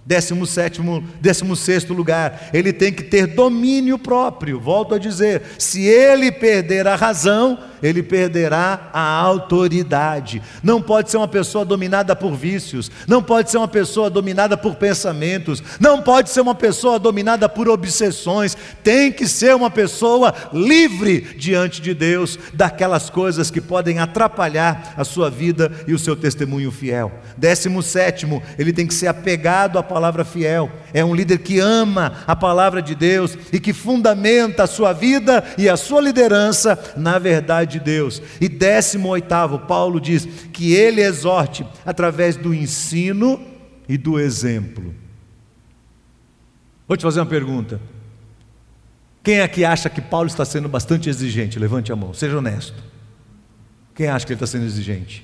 16º lugar, ele tem que ter domínio próprio. Volto a dizer, se ele perder a razão, ele perderá a autoridade. Não pode ser uma pessoa dominada por vícios, não pode ser uma pessoa dominada por pensamentos, não pode ser uma pessoa dominada por obsessões. Tem que ser uma pessoa livre diante de Deus daquelas coisas que podem atrapalhar a sua vida e o seu testemunho fiel. 17º, ele tem que ser apegado à palavra fiel. É um líder que ama a palavra de Deus e que fundamenta a sua vida e a sua liderança na verdade de Deus. E 18º, Paulo diz que ele exorte através do ensino e do exemplo. Vou te fazer uma pergunta. Quem aqui acha que Paulo está sendo bastante exigente? Levante a mão, seja honesto. Quem acha que ele está sendo exigente?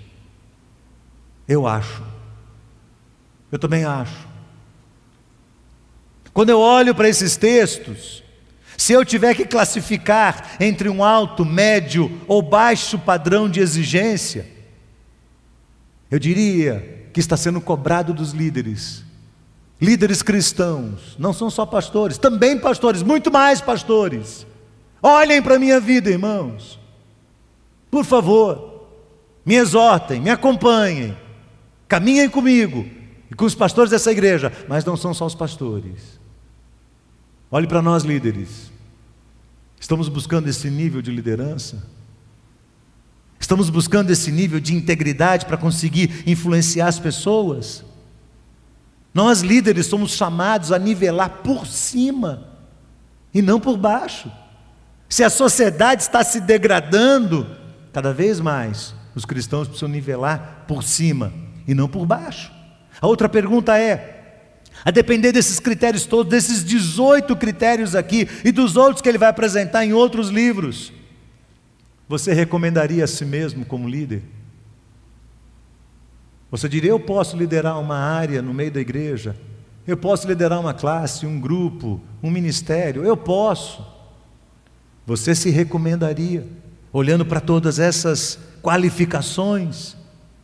Eu acho. Eu também acho. Quando eu olho para esses textos, se eu tiver que classificar entre um alto, médio ou baixo padrão de exigência, eu diria que está sendo cobrado dos líderes. Líderes cristãos, não são só pastores, também pastores, muito mais pastores. Olhem para a minha vida, irmãos. Por favor, me exortem, me acompanhem, caminhem comigo e com os pastores dessa igreja, mas não são só os pastores. Olhe para nós, líderes. Estamos buscando esse nível de liderança? Estamos buscando esse nível de integridade para conseguir influenciar as pessoas? Nós, líderes, somos chamados a nivelar por cima e não por baixo. Se a sociedade está se degradando, cada vez mais os cristãos precisam nivelar por cima e não por baixo. A outra pergunta é, a depender desses critérios todos, desses 18 critérios aqui e dos outros que ele vai apresentar em outros livros, você recomendaria a si mesmo como líder? Você diria, eu posso liderar uma área no meio da igreja, eu posso liderar uma classe, um grupo, um ministério, eu posso. Você se recomendaria, olhando para todas essas qualificações?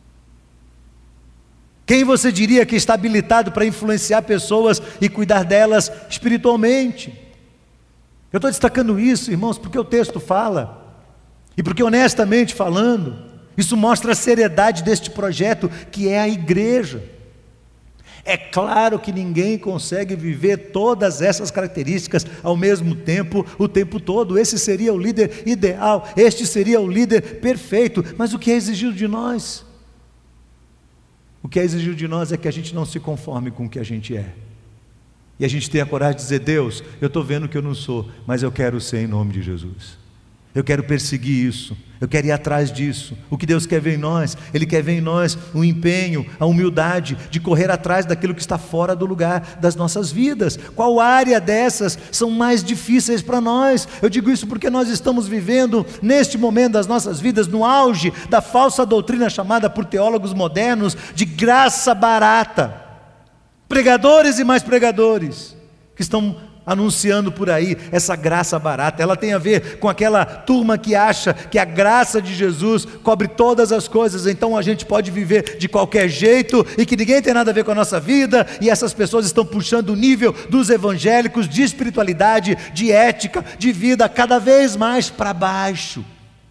Quem você diria que está habilitado para influenciar pessoas e cuidar delas espiritualmente? Eu estou destacando isso, irmãos, porque o texto fala, e porque honestamente falando, isso mostra a seriedade deste projeto que é a igreja. É claro que ninguém consegue viver todas essas características ao mesmo tempo, o tempo todo. Esse seria o líder ideal, este seria o líder perfeito, mas o que é exigido de nós? O que é exigido de nós é que a gente não se conforme com o que a gente é. E a gente tenha a coragem de dizer, Deus, eu estou vendo que eu não sou, mas eu quero ser em nome de Jesus. Eu quero perseguir isso, eu quero ir atrás disso. O que Deus quer ver em nós? Ele quer ver em nós o empenho, a humildade de correr atrás daquilo que está fora do lugar das nossas vidas. Qual área dessas são mais difíceis para nós? Eu digo isso porque nós estamos vivendo neste momento das nossas vidas, no auge da falsa doutrina chamada por teólogos modernos de graça barata. Pregadores e mais pregadores que estão anunciando por aí essa graça barata. Ela tem a ver com aquela turma que acha que a graça de Jesus cobre todas as coisas, então a gente pode viver de qualquer jeito e que ninguém tem nada a ver com a nossa vida, e essas pessoas estão puxando o nível dos evangélicos de espiritualidade, de ética, de vida cada vez mais para baixo.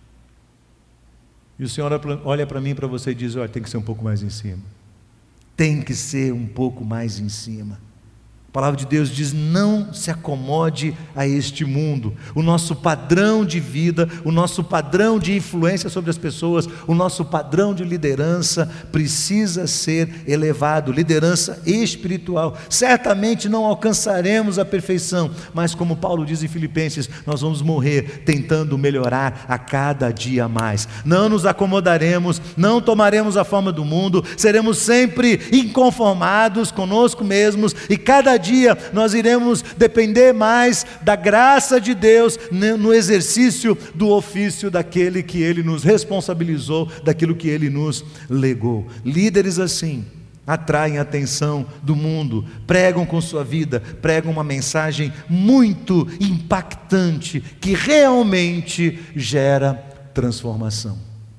E o Senhor olha para mim e para você e diz, olha, tem que ser um pouco mais em cima. Tem que ser um pouco mais em cima. A palavra de Deus diz, não se acomode a este mundo. O nosso padrão de vida, o nosso padrão de influência sobre as pessoas, o nosso padrão de liderança precisa ser elevado, liderança espiritual. Certamente não alcançaremos a perfeição, mas como Paulo diz em Filipenses, nós vamos morrer tentando melhorar a cada dia mais. Não nos acomodaremos, não tomaremos a forma do mundo, seremos sempre inconformados conosco mesmos e cada dia nós iremos depender mais da graça de Deus no exercício do ofício daquele que Ele nos responsabilizou, daquilo que Ele nos legou. Líderes assim atraem a atenção do mundo, pregam com sua vida, pregam uma mensagem muito impactante que realmente gera transformação.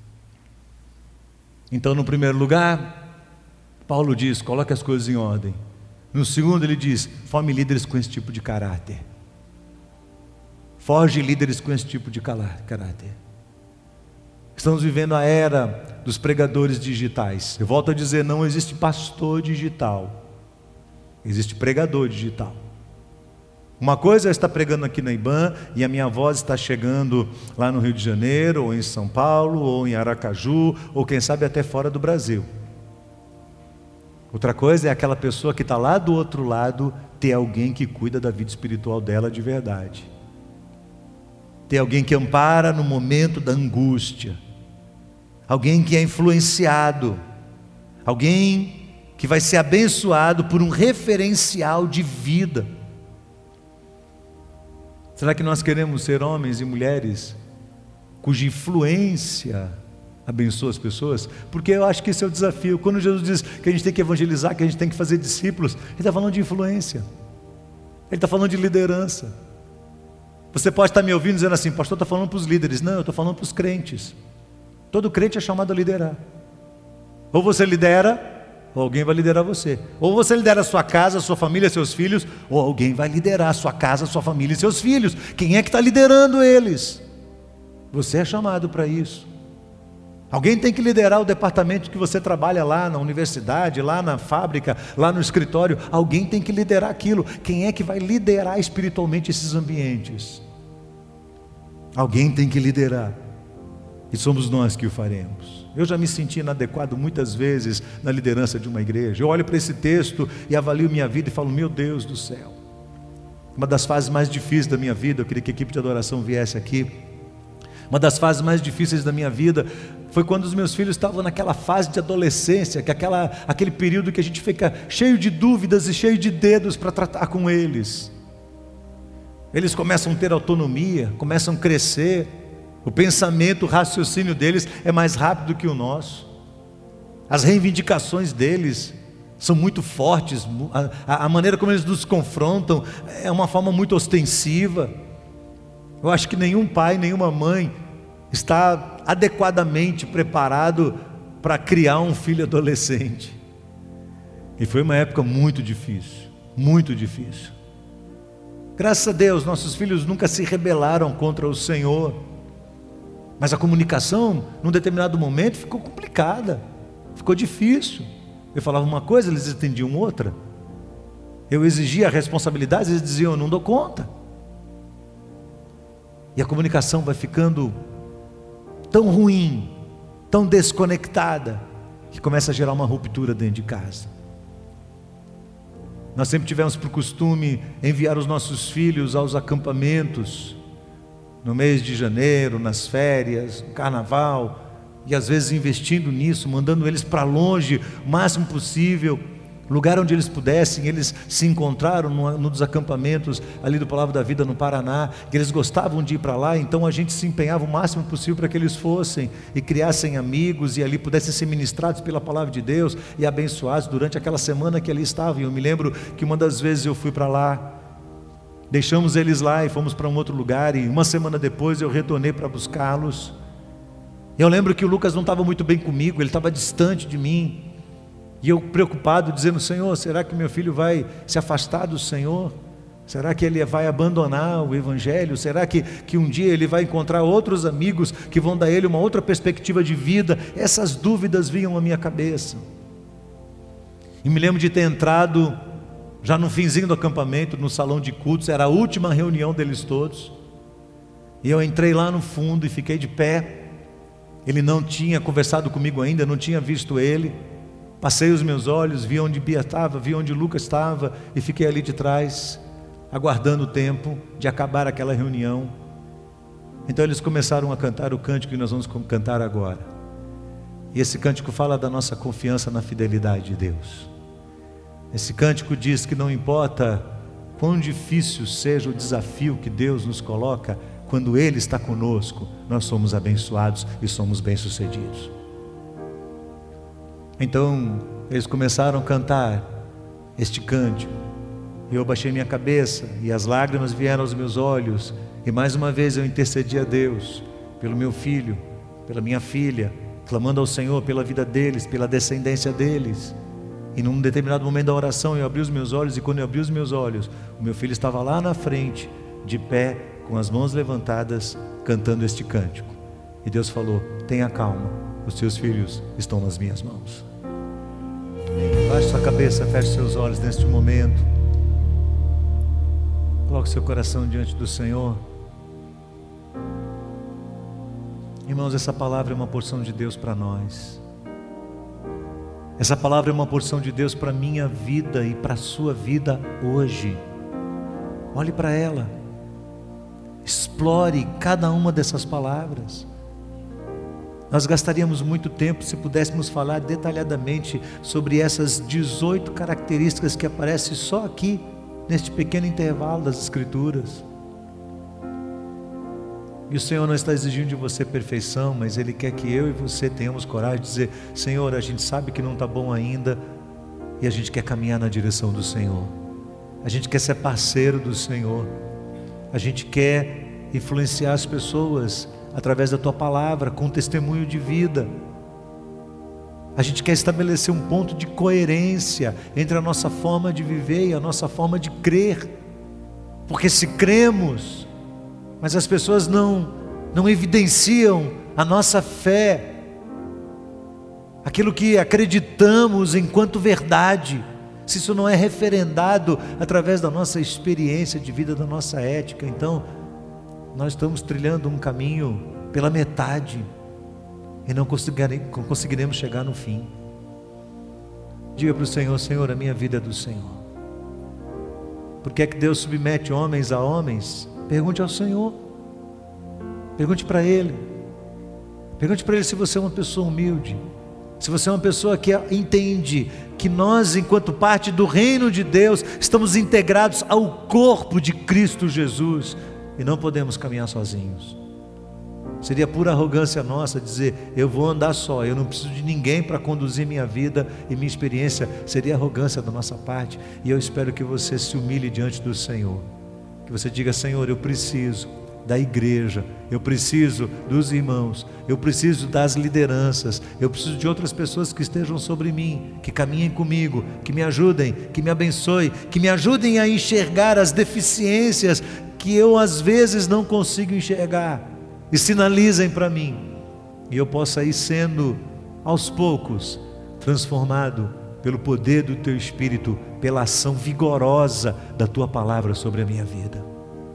Então, no primeiro lugar, Paulo diz, coloque as coisas em ordem. No segundo ele diz, forme líderes com esse tipo de caráter. Forge líderes com esse tipo de caráter. Estamos vivendo a era dos pregadores digitais. Eu volto a dizer, não existe pastor digital. Existe pregador digital. Uma coisa é estar pregando aqui na IBAN e a minha voz está chegando lá no Rio de Janeiro, ou em São Paulo, ou em Aracaju, ou quem sabe até fora do Brasil. Outra coisa é aquela pessoa que está lá do outro lado ter alguém que cuida da vida espiritual dela de verdade. Ter alguém que ampara no momento da angústia. Alguém que é influenciado. Alguém que vai ser abençoado por um referencial de vida. Será que nós queremos ser homens e mulheres cuja influência abençoa as pessoas? Porque eu acho que esse é o desafio. Quando Jesus diz que a gente tem que evangelizar, que a gente tem que fazer discípulos, Ele está falando de influência. Ele está falando de liderança. Você pode estar me ouvindo dizendo assim: pastor, está falando para os líderes. Não, eu estou falando para os crentes. Todo crente é chamado a liderar. Ou você lidera, ou alguém vai liderar você. Ou você lidera a sua casa, a sua família, seus filhos, ou alguém vai liderar a sua casa, a sua família e seus filhos. Quem é que está liderando eles? Você é chamado para isso. Alguém tem que liderar o departamento que você trabalha lá na universidade, lá na fábrica, lá no escritório. Alguém tem que liderar aquilo. Quem é que vai liderar espiritualmente esses ambientes? Alguém tem que liderar. E somos nós que o faremos. Eu já me senti inadequado muitas vezes na liderança de uma igreja. Eu olho para esse texto e avalio minha vida e falo: meu Deus do céu. Uma das fases mais difíceis da minha vida, eu queria que a equipe de adoração viesse aqui. Uma das fases mais difíceis da minha vida foi quando os meus filhos estavam naquela fase de adolescência, que aquele período que a gente fica cheio de dúvidas e cheio de dedos para tratar com eles. Eles começam a ter autonomia, começam a crescer, o pensamento, o raciocínio deles é mais rápido que o nosso, as reivindicações deles são muito fortes, a maneira como eles nos confrontam é uma forma muito ostensiva. Eu acho que nenhum pai, nenhuma mãe está adequadamente preparado para criar um filho adolescente. E foi uma época muito difícil, muito difícil. Graças a Deus, nossos filhos nunca se rebelaram contra o Senhor, mas a comunicação, num determinado momento, ficou complicada, ficou difícil. Eu falava uma coisa, eles entendiam outra. Eu exigia responsabilidades, eles diziam: eu não dou conta. E a comunicação vai ficando tão ruim, tão desconectada, que começa a gerar uma ruptura dentro de casa. Nós sempre tivemos por costume enviar os nossos filhos aos acampamentos, no mês de janeiro, nas férias, no carnaval, e às vezes investindo nisso, mandando eles para longe, o máximo possível, lugar onde eles pudessem. Eles se encontraram num dos acampamentos ali do Palavra da Vida no Paraná, que eles gostavam de ir para lá, então a gente se empenhava o máximo possível para que eles fossem e criassem amigos e ali pudessem ser ministrados pela Palavra de Deus e abençoados durante aquela semana que ali estavam. E eu me lembro que uma das vezes eu fui para lá, deixamos eles lá e fomos para um outro lugar, e uma semana depois eu retornei para buscá-los. Eu lembro que o Lucas não estava muito bem comigo, ele estava distante de mim, e eu preocupado, dizendo: Senhor, será que meu filho vai se afastar do Senhor? Será que ele vai abandonar o Evangelho? Será que um dia ele vai encontrar outros amigos que vão dar a ele uma outra perspectiva de vida? Essas dúvidas vinham à minha cabeça. E me lembro de ter entrado, já no finzinho do acampamento, no salão de cultos, era a última reunião deles todos, e eu entrei lá no fundo e fiquei de pé. Ele não tinha conversado comigo ainda, não tinha visto ele. Passei os meus olhos, vi onde Bia estava, vi onde Lucas estava, e fiquei ali de trás, aguardando o tempo de acabar aquela reunião. Então eles começaram a cantar o cântico que nós vamos cantar agora. E esse cântico fala da nossa confiança na fidelidade de Deus. Esse cântico diz que não importa quão difícil seja o desafio que Deus nos coloca, quando Ele está conosco, nós somos abençoados e somos bem-sucedidos. Então eles começaram a cantar este cântico, e eu baixei minha cabeça e as lágrimas vieram aos meus olhos, e mais uma vez eu intercedi a Deus pelo meu filho, pela minha filha, clamando ao Senhor pela vida deles, pela descendência deles. E num determinado momento da oração eu abri os meus olhos, e quando eu abri os meus olhos, o meu filho estava lá na frente, de pé, com as mãos levantadas, cantando este cântico. E Deus falou: tenha calma, os seus filhos estão nas minhas mãos. Baixe sua cabeça, feche seus olhos neste momento, coloque seu coração diante do Senhor. Irmãos, essa palavra é uma porção de Deus para nós. Essa palavra é uma porção de Deus para a minha vida e para a sua vida hoje. Olhe para ela, explore cada uma dessas palavras. Nós gastaríamos muito tempo se pudéssemos falar detalhadamente sobre essas 18 características que aparecem só aqui, neste pequeno intervalo das Escrituras. E o Senhor não está exigindo de você perfeição, mas Ele quer que eu e você tenhamos coragem de dizer: Senhor, a gente sabe que não está bom ainda, e a gente quer caminhar na direção do Senhor. A gente quer ser parceiro do Senhor. A gente quer influenciar as pessoas através da Tua palavra, com testemunho de vida. A gente quer estabelecer um ponto de coerência entre a nossa forma de viver e a nossa forma de crer. Porque se cremos, mas as pessoas não evidenciam a nossa fé, aquilo que acreditamos enquanto verdade, se isso não é referendado através da nossa experiência de vida, da nossa ética, então nós estamos trilhando um caminho pela metade e não conseguiremos chegar no fim. Diga para o Senhor: Senhor, a minha vida é do Senhor. Por que é que Deus submete homens a homens? Pergunte ao Senhor. Pergunte para Ele. Pergunte para Ele se você é uma pessoa humilde, se você é uma pessoa que entende que nós, enquanto parte do reino de Deus, estamos integrados ao corpo de Cristo Jesus e não podemos caminhar sozinhos. Seria pura arrogância nossa dizer: eu vou andar só, eu não preciso de ninguém para conduzir minha vida e minha experiência. Seria arrogância da nossa parte. E eu espero que você se humilhe diante do Senhor, que você diga: Senhor, eu preciso da igreja, eu preciso dos irmãos, eu preciso das lideranças, eu preciso de outras pessoas que estejam sobre mim, que caminhem comigo, que me ajudem, que me abençoem, que me ajudem a enxergar as deficiências que eu às vezes não consigo enxergar, e sinalizem para mim, e eu possa ir sendo aos poucos transformado pelo poder do Teu Espírito, pela ação vigorosa da Tua palavra sobre a minha vida.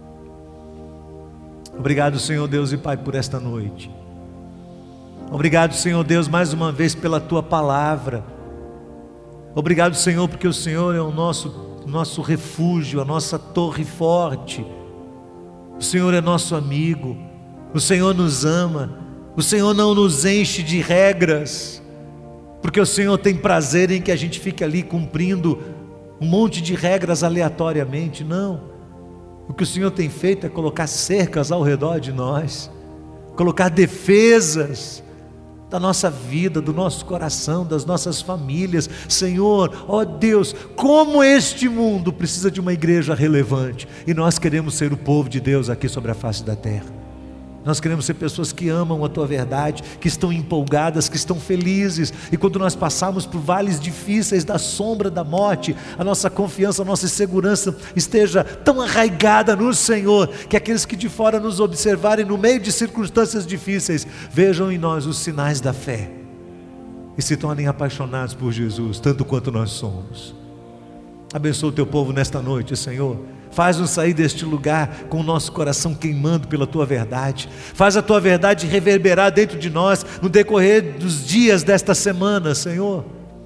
Obrigado, Senhor Deus e Pai, por esta noite. Obrigado, Senhor Deus, mais uma vez pela Tua palavra. Obrigado, Senhor, porque o Senhor é o nosso refúgio, a nossa torre forte. O Senhor é nosso amigo. O Senhor nos ama. O Senhor não nos enche de regras, porque o Senhor tem prazer em que a gente fique ali cumprindo um monte de regras aleatoriamente. Não. O que o Senhor tem feito é colocar cercas ao redor de nós, colocar defesas da nossa vida, do nosso coração, das nossas famílias. Senhor, ó Deus, como este mundo precisa de uma igreja relevante, e nós queremos ser o povo de Deus aqui sobre a face da terra. Nós queremos ser pessoas que amam a Tua verdade, que estão empolgadas, que estão felizes, e quando nós passarmos por vales difíceis da sombra da morte, a nossa confiança, a nossa segurança esteja tão arraigada no Senhor, que aqueles que de fora nos observarem no meio de circunstâncias difíceis, vejam em nós os sinais da fé, e se tornem apaixonados por Jesus, tanto quanto nós somos. Abençoa o Teu povo nesta noite, Senhor. Faz-nos sair deste lugar com o nosso coração queimando pela Tua verdade. Faz a Tua verdade reverberar dentro de nós no decorrer dos dias desta semana, Senhor.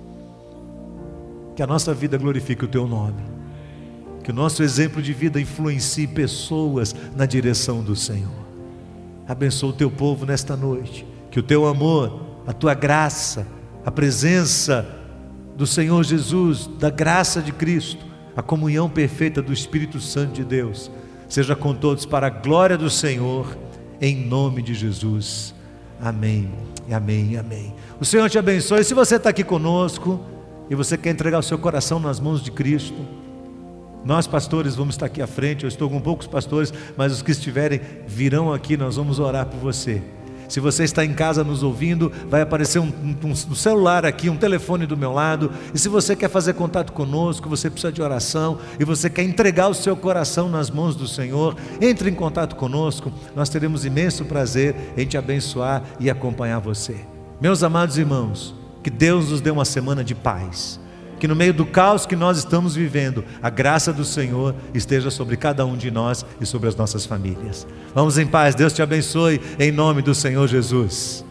Que a nossa vida glorifique o Teu nome. Que o nosso exemplo de vida influencie pessoas na direção do Senhor. Abençoa o Teu povo nesta noite. Que o Teu amor, a Tua graça, a presença do Senhor Jesus, da graça de Cristo, a comunhão perfeita do Espírito Santo de Deus, seja com todos para a glória do Senhor, em nome de Jesus. Amém, amém, amém. O Senhor te abençoe. Se você está aqui conosco e você quer entregar o seu coração nas mãos de Cristo, nós pastores vamos estar aqui à frente. Eu estou com poucos pastores, mas os que estiverem virão aqui, nós vamos orar por você. Se você está em casa nos ouvindo, vai aparecer um celular aqui, um telefone do meu lado. E se você quer fazer contato conosco, você precisa de oração, e você quer entregar o seu coração nas mãos do Senhor, entre em contato conosco. Nós teremos imenso prazer em te abençoar e acompanhar você. Meus amados irmãos, que Deus nos dê uma semana de paz. Que no meio do caos que nós estamos vivendo, a graça do Senhor esteja sobre cada um de nós e sobre as nossas famílias. Vamos em paz, Deus te abençoe, em nome do Senhor Jesus.